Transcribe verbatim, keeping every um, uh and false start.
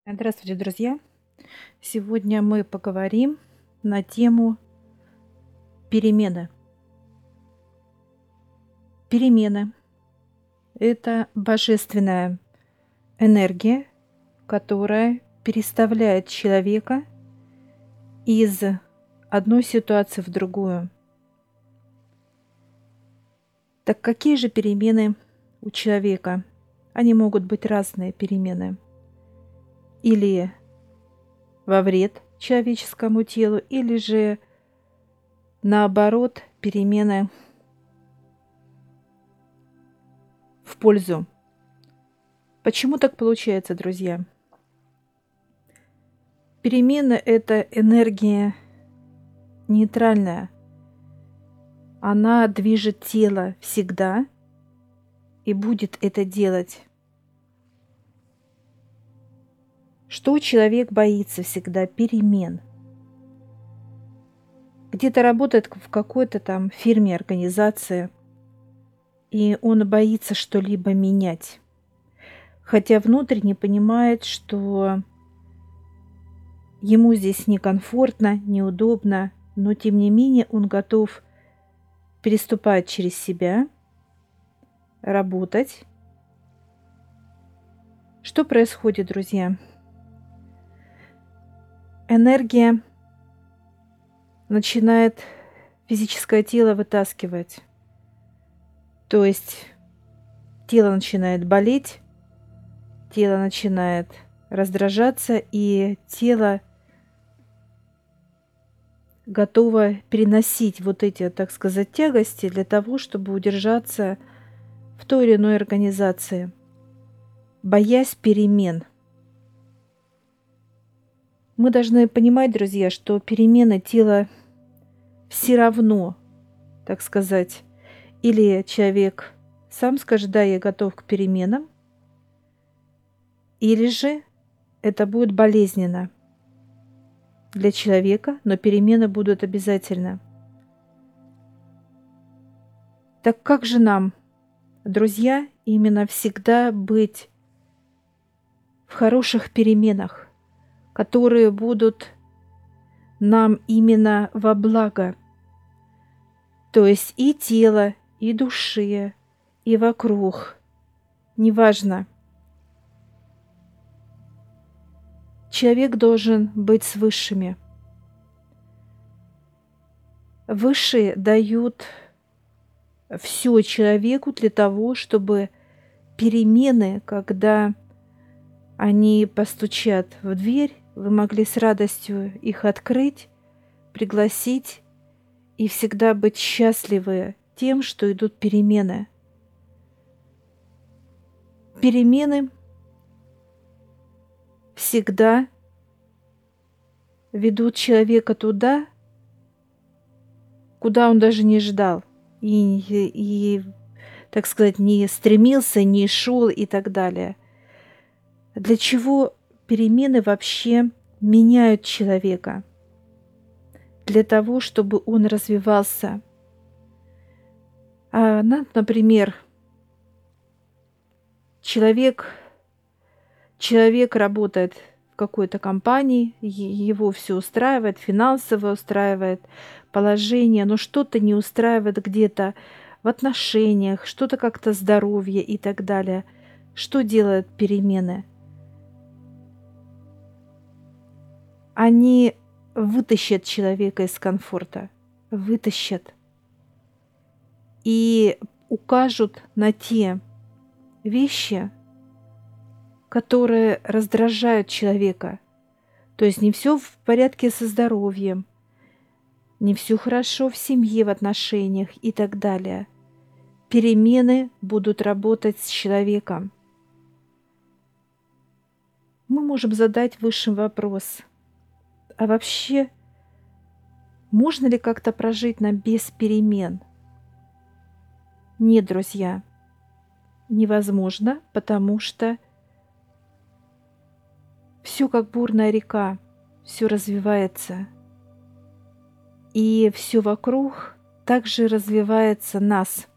Здравствуйте, друзья! Сегодня мы поговорим на тему перемены. Перемены– это божественная энергия, которая переставляет человека из одной ситуации в другую. Так какие же перемены у человека? Они могут быть разные перемены. Или во вред человеческому телу, или же наоборот перемены в пользу. Почему так получается, друзья? Перемены – это энергия нейтральная. Она движет тело всегда и будет это делать. Что человек боится всегда? Перемен. Где-то работает в какой-то там фирме, организации, и он боится что-либо менять. Хотя внутренне понимает, что ему здесь некомфортно, неудобно, но тем не менее он готов переступать через себя, работать. Что происходит, друзья? Энергия начинает физическое тело вытаскивать. То есть тело начинает болеть, тело начинает раздражаться, и тело готово переносить вот эти, так сказать, тягости для того, чтобы удержаться в той или иной организации, боясь перемен. Мы должны понимать, друзья, что перемены тела все равно, так сказать, или человек сам скажет: да, я готов к переменам, или же это будет болезненно для человека, но перемены будут обязательно. Так как же нам, друзья, именно всегда быть в хороших переменах, которые будут нам именно во благо, то есть и тело, и душе, и вокруг, неважно. Человек должен быть с высшими. Высшие дают все человеку для того, чтобы перемены, когда они постучат в дверь, вы могли с радостью их открыть, пригласить и всегда быть счастливы тем, что идут перемены. Перемены всегда ведут человека туда, куда он даже не ждал и, и, так сказать, не стремился, не шел и так далее. Для чего перемены вообще меняют человека? Для того, чтобы он развивался. А, например, человек, человек работает в какой-то компании, его все устраивает, финансово устраивает, положение, но что-то не устраивает где-то в отношениях, что-то как-то здоровье и так далее. Что делают перемены? Они вытащат человека из комфорта, вытащат и укажут на те вещи, которые раздражают человека. То есть не все в порядке со здоровьем, не все хорошо в семье, в отношениях и так далее. Перемены будут работать с человеком. Мы можем задать высшим вопрос: а вообще можно ли как-то прожить нам без перемен? Нет, друзья, невозможно, потому что все как бурная река, все развивается. И все вокруг также развивается нас.